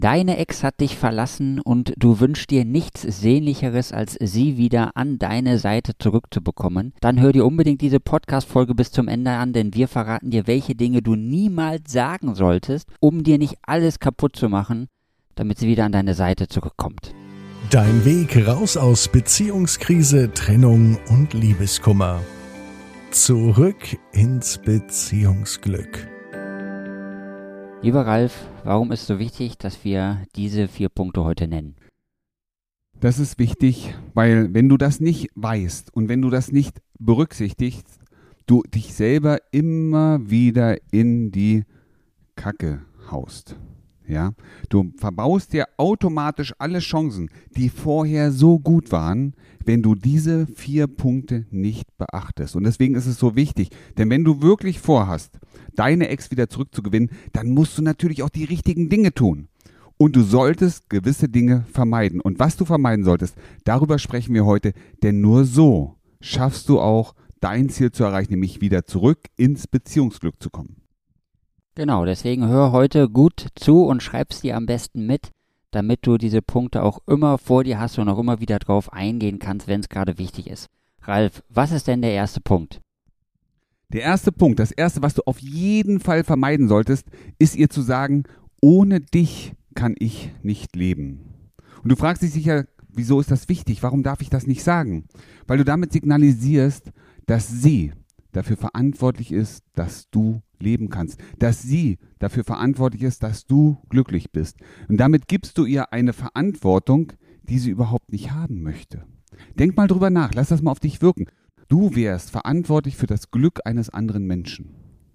Deine Ex hat dich verlassen und du wünschst dir nichts Sehnlicheres, als sie wieder an deine Seite zurückzubekommen. Dann hör dir unbedingt diese Podcast-Folge bis zum Ende an, denn wir verraten dir, welche Dinge du niemals sagen solltest, um dir nicht alles kaputt zu machen, damit sie wieder an deine Seite zurückkommt. Dein Weg raus aus Beziehungskrise, Trennung und Liebeskummer. Zurück ins Beziehungsglück. Lieber Ralf, warum ist es so wichtig, dass wir diese 4 Punkte heute nennen? Das ist wichtig, weil wenn du das nicht weißt und wenn du das nicht berücksichtigst, du dich selber immer wieder in die Kacke haust. Ja? Du verbaust dir automatisch alle Chancen, die vorher so gut waren, wenn du diese 4 Punkte nicht beachtest. Und deswegen ist es so wichtig, denn wenn du wirklich vorhast, deine Ex wieder zurückzugewinnen, dann musst du natürlich auch die richtigen Dinge tun. Und du solltest gewisse Dinge vermeiden. Und was du vermeiden solltest, darüber sprechen wir heute, denn nur so schaffst du auch dein Ziel zu erreichen, nämlich wieder zurück ins Beziehungsglück zu kommen. Genau, deswegen hör heute gut zu und schreib's dir am besten mit, damit du diese Punkte auch immer vor dir hast und auch immer wieder drauf eingehen kannst, wenn es gerade wichtig ist. Ralf, was ist denn der erste Punkt? Der erste Punkt, das erste, was du auf jeden Fall vermeiden solltest, ist ihr zu sagen, ohne dich kann ich nicht leben. Und du fragst dich sicher, wieso ist das wichtig? Warum darf ich das nicht sagen? Weil du damit signalisierst, dass sie dafür verantwortlich ist, dass du leben kannst. Dass sie dafür verantwortlich ist, dass du glücklich bist. Und damit gibst du ihr eine Verantwortung, die sie überhaupt nicht haben möchte. Denk mal drüber nach, lass das mal auf dich wirken. Du wärst verantwortlich für das Glück eines anderen Menschen.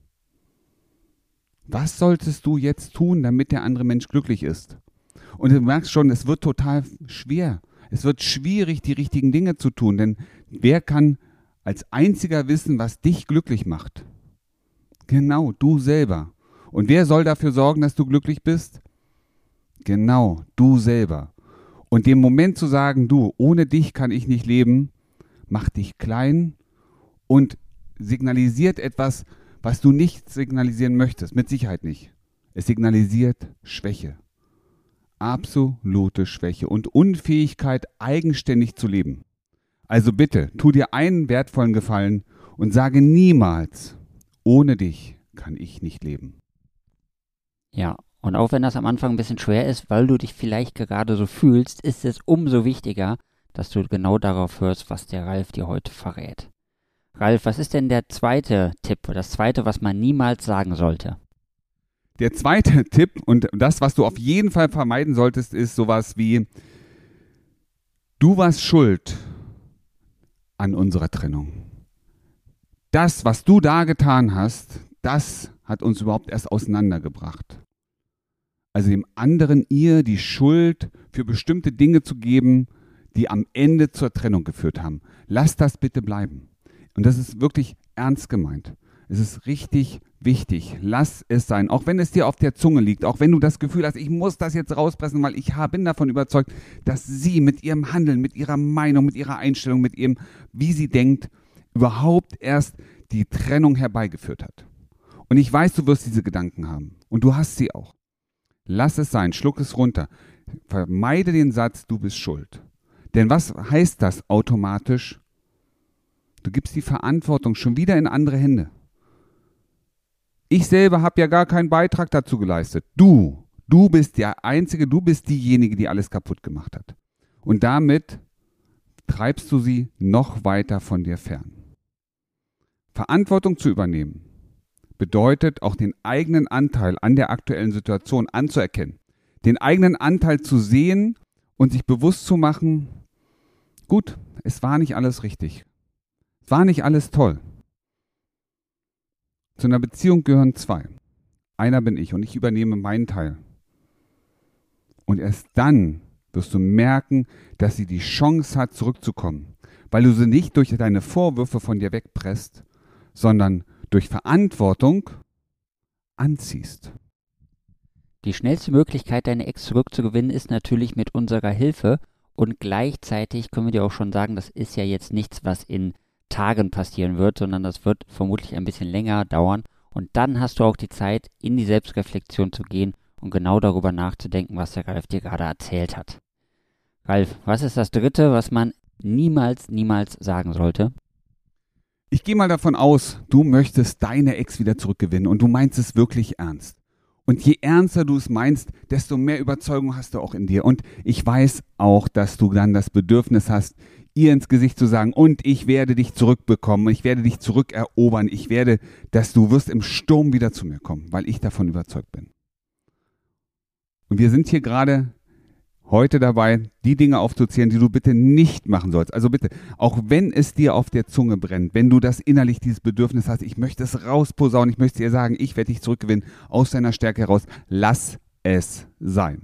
Was solltest du jetzt tun, damit der andere Mensch glücklich ist? Und du merkst schon, es wird total schwer. Es wird schwierig, die richtigen Dinge zu tun, denn wer kann als einziger wissen, was dich glücklich macht? Genau, du selber. Und wer soll dafür sorgen, dass du glücklich bist? Genau, du selber. Und dem Moment zu sagen, du, ohne dich kann ich nicht leben, macht dich klein und signalisiert etwas, was du nicht signalisieren möchtest. Mit Sicherheit nicht. Es signalisiert Schwäche. Absolute Schwäche und Unfähigkeit, eigenständig zu leben. Also bitte, tu dir einen wertvollen Gefallen und sage niemals, ohne dich kann ich nicht leben. Ja, und auch wenn das am Anfang ein bisschen schwer ist, weil du dich vielleicht gerade so fühlst, ist es umso wichtiger, dass du genau darauf hörst, was der Ralf dir heute verrät. Ralf, was ist denn der zweite Tipp, das zweite, was man niemals sagen sollte? Der zweite Tipp und das, was du auf jeden Fall vermeiden solltest, ist sowas wie, du warst schuld an unserer Trennung. Das, was du da getan hast, das hat uns überhaupt erst auseinandergebracht. Also dem anderen ihr die Schuld für bestimmte Dinge zu geben, die am Ende zur Trennung geführt haben. Lass das bitte bleiben. Und das ist wirklich ernst gemeint. Es ist richtig wichtig. Lass es sein. Auch wenn es dir auf der Zunge liegt, auch wenn du das Gefühl hast, ich muss das jetzt rauspressen, weil ich bin davon überzeugt, dass sie mit ihrem Handeln, mit ihrer Meinung, mit ihrer Einstellung, mit ihrem, wie sie denkt, überhaupt erst die Trennung herbeigeführt hat. Und ich weiß, du wirst diese Gedanken haben. Und du hast sie auch. Lass es sein. Schluck es runter. Vermeide den Satz, du bist schuld. Denn was heißt das automatisch? Du gibst die Verantwortung schon wieder in andere Hände. Ich selber habe ja gar keinen Beitrag dazu geleistet. Du bist der Einzige, du bist diejenige, die alles kaputt gemacht hat. Und damit treibst du sie noch weiter von dir fern. Verantwortung zu übernehmen bedeutet auch den eigenen Anteil an der aktuellen Situation anzuerkennen. Den eigenen Anteil zu sehen und sich bewusst zu machen, gut, es war nicht alles richtig. Es war nicht alles toll. Zu einer Beziehung gehören 2. Einer bin ich und ich übernehme meinen Teil. Und erst dann wirst du merken, dass sie die Chance hat, zurückzukommen, weil du sie nicht durch deine Vorwürfe von dir wegpresst, sondern durch Verantwortung anziehst. Die schnellste Möglichkeit, deine Ex zurückzugewinnen, ist natürlich mit unserer Hilfe. Und gleichzeitig können wir dir auch schon sagen, das ist ja jetzt nichts, was in Tagen passieren wird, sondern das wird vermutlich ein bisschen länger dauern. Und dann hast du auch die Zeit, in die Selbstreflexion zu gehen und genau darüber nachzudenken, was der Ralf dir gerade erzählt hat. Ralf, was ist das Dritte, was man niemals sagen sollte? Ich gehe mal davon aus, du möchtest deine Ex wieder zurückgewinnen und du meinst es wirklich ernst. Und je ernster du es meinst, desto mehr Überzeugung hast du auch in dir. Und ich weiß auch, dass du dann das Bedürfnis hast, ihr ins Gesicht zu sagen, und ich werde dich zurückbekommen, ich werde dich zurückerobern, du wirst im Sturm wieder zu mir kommen, weil ich davon überzeugt bin. Und wir sind hier gerade heute dabei, die Dinge aufzuzählen, die du bitte nicht machen sollst. Also bitte, auch wenn es dir auf der Zunge brennt, wenn du das innerlich dieses Bedürfnis hast, ich möchte es rausposaunen, ich möchte dir sagen, ich werde dich zurückgewinnen aus deiner Stärke heraus, lass es sein.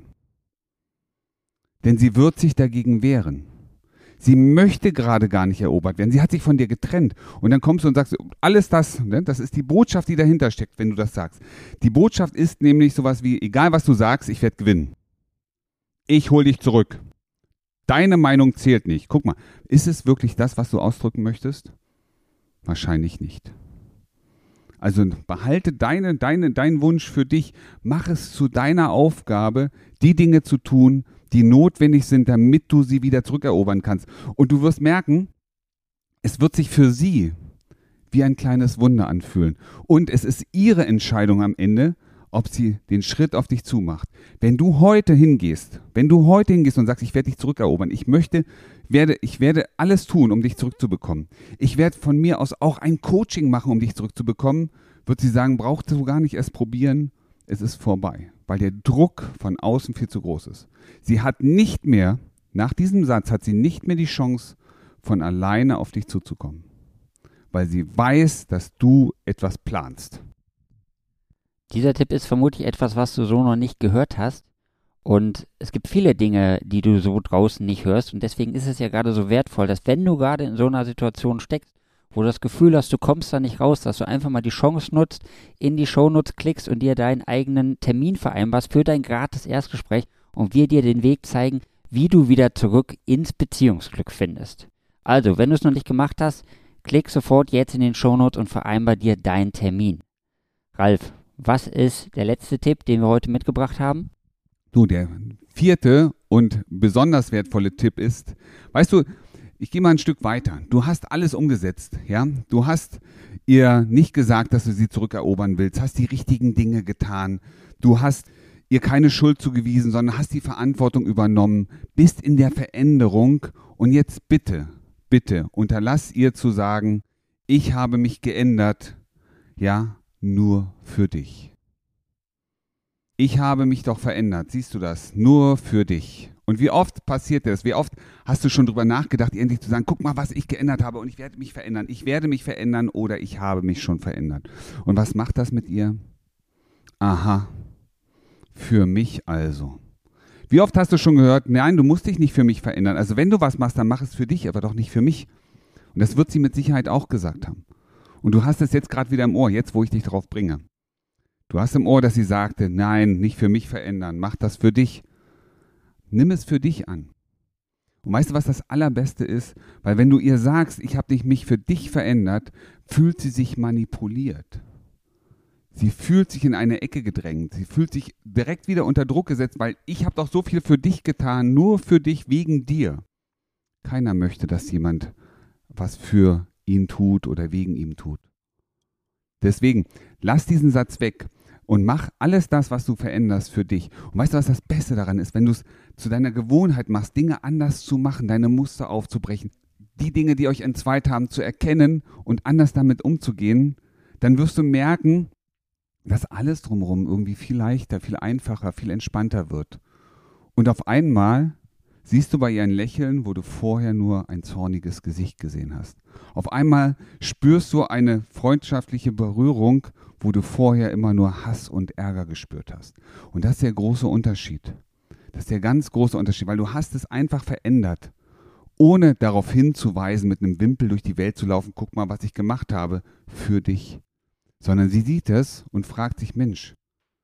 Denn sie wird sich dagegen wehren. Sie möchte gerade gar nicht erobert werden. Sie hat sich von dir getrennt. Und dann kommst du und sagst, alles das, ne, das ist die Botschaft, die dahinter steckt, wenn du das sagst. Die Botschaft ist nämlich sowas wie, egal was du sagst, ich werde gewinnen. Ich hole dich zurück. Deine Meinung zählt nicht. Guck mal, ist es wirklich das, was du ausdrücken möchtest? Wahrscheinlich nicht. Also behalte deinen Wunsch für dich. Mach es zu deiner Aufgabe, die Dinge zu tun, die notwendig sind, damit du sie wieder zurückerobern kannst. Und du wirst merken, es wird sich für sie wie ein kleines Wunder anfühlen. Und es ist ihre Entscheidung am Ende, ob sie den Schritt auf dich zumacht. Wenn du heute hingehst und sagst, ich werde dich zurückerobern, ich werde alles tun, um dich zurückzubekommen. Ich werde von mir aus auch ein Coaching machen, um dich zurückzubekommen, wird sie sagen, brauchst du gar nicht erst probieren, es ist vorbei, weil der Druck von außen viel zu groß ist. Nach diesem Satz hat sie nicht mehr die Chance, von alleine auf dich zuzukommen, weil sie weiß, dass du etwas planst. Dieser Tipp ist vermutlich etwas, was du so noch nicht gehört hast. Und es gibt viele Dinge, die du so draußen nicht hörst. Und deswegen ist es ja gerade so wertvoll, dass wenn du gerade in so einer Situation steckst, wo du das Gefühl hast, du kommst da nicht raus, dass du einfach mal die Chance nutzt, in die Shownotes klickst und dir deinen eigenen Termin vereinbarst für dein gratis Erstgespräch und wir dir den Weg zeigen, wie du wieder zurück ins Beziehungsglück findest. Also, wenn du es noch nicht gemacht hast, klick sofort jetzt in den Shownotes und vereinbar dir deinen Termin. Ralf, was ist der letzte Tipp, den wir heute mitgebracht haben? Du, der vierte und besonders wertvolle Tipp ist, weißt du, ich gehe mal ein Stück weiter. Du hast alles umgesetzt, ja? Du hast ihr nicht gesagt, dass du sie zurückerobern willst, hast die richtigen Dinge getan. Du hast ihr keine Schuld zugewiesen, sondern hast die Verantwortung übernommen, bist in der Veränderung und jetzt bitte unterlass ihr zu sagen, ich habe mich geändert, ja, nur für dich. Ich habe mich doch verändert, siehst du das? Nur für dich. Und wie oft passiert das? Wie oft hast du schon drüber nachgedacht, endlich zu sagen, guck mal, was ich geändert habe und ich werde mich verändern. Ich werde mich verändern oder ich habe mich schon verändert. Und was macht das mit ihr? Aha, für mich also. Wie oft hast du schon gehört, nein, du musst dich nicht für mich verändern. Also wenn du was machst, dann mach es für dich, aber doch nicht für mich. Und das wird sie mit Sicherheit auch gesagt haben. Und du hast es jetzt gerade wieder im Ohr, jetzt wo ich dich darauf bringe. Du hast im Ohr, dass sie sagte, nein, nicht für mich verändern, mach das für dich. Nimm es für dich an. Und weißt du, was das Allerbeste ist? Weil wenn du ihr sagst, ich habe mich für dich verändert, fühlt sie sich manipuliert. Sie fühlt sich in eine Ecke gedrängt. Sie fühlt sich direkt wieder unter Druck gesetzt, weil ich habe doch so viel für dich getan, nur für dich, wegen dir. Keiner möchte, dass jemand was für ihn tut oder wegen ihm tut. Deswegen, lass diesen Satz weg und mach alles das, was du veränderst, für dich. Und weißt du, was das Beste daran ist? Wenn du es zu deiner Gewohnheit machst, Dinge anders zu machen, deine Muster aufzubrechen, die Dinge, die euch entzweit haben, zu erkennen und anders damit umzugehen, dann wirst du merken, dass alles drumherum irgendwie viel leichter, viel einfacher, viel entspannter wird. Und auf einmal siehst du bei ihr ein Lächeln, wo du vorher nur ein zorniges Gesicht gesehen hast. Auf einmal spürst du eine freundschaftliche Berührung, wo du vorher immer nur Hass und Ärger gespürt hast. Und das ist der große Unterschied. Das ist der ganz große Unterschied, weil du hast es einfach verändert, ohne darauf hinzuweisen, mit einem Wimpel durch die Welt zu laufen, guck mal, was ich gemacht habe, für dich. Sondern sie sieht es und fragt sich, Mensch,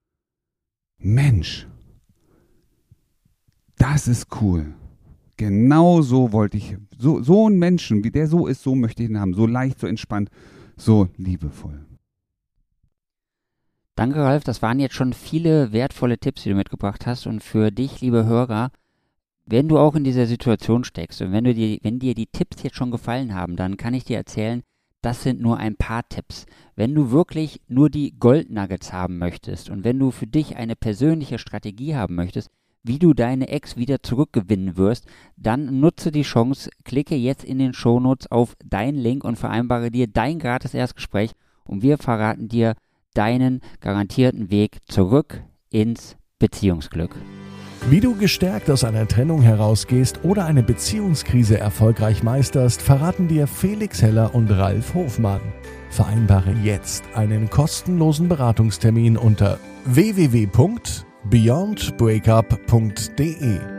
das ist cool. Genau so wollte ich, so einen Menschen, wie der so ist, so möchte ich ihn haben. So leicht, so entspannt, so liebevoll. Danke, Ralf. Das waren jetzt schon viele wertvolle Tipps, die du mitgebracht hast. Und für dich, liebe Hörer, wenn du auch in dieser Situation steckst und wenn dir die Tipps jetzt schon gefallen haben, dann kann ich dir erzählen, das sind nur ein paar Tipps. Wenn du wirklich nur die Goldnuggets haben möchtest und wenn du für dich eine persönliche Strategie haben möchtest, wie du deine Ex wieder zurückgewinnen wirst, dann nutze die Chance, klicke jetzt in den Shownotes auf deinen Link und vereinbare dir dein gratis Erstgespräch und wir verraten dir deinen garantierten Weg zurück ins Beziehungsglück. Wie du gestärkt aus einer Trennung herausgehst oder eine Beziehungskrise erfolgreich meisterst, verraten dir Felix Heller und Ralf Hofmann. Vereinbare jetzt einen kostenlosen Beratungstermin unter www.beyondbreakup.de.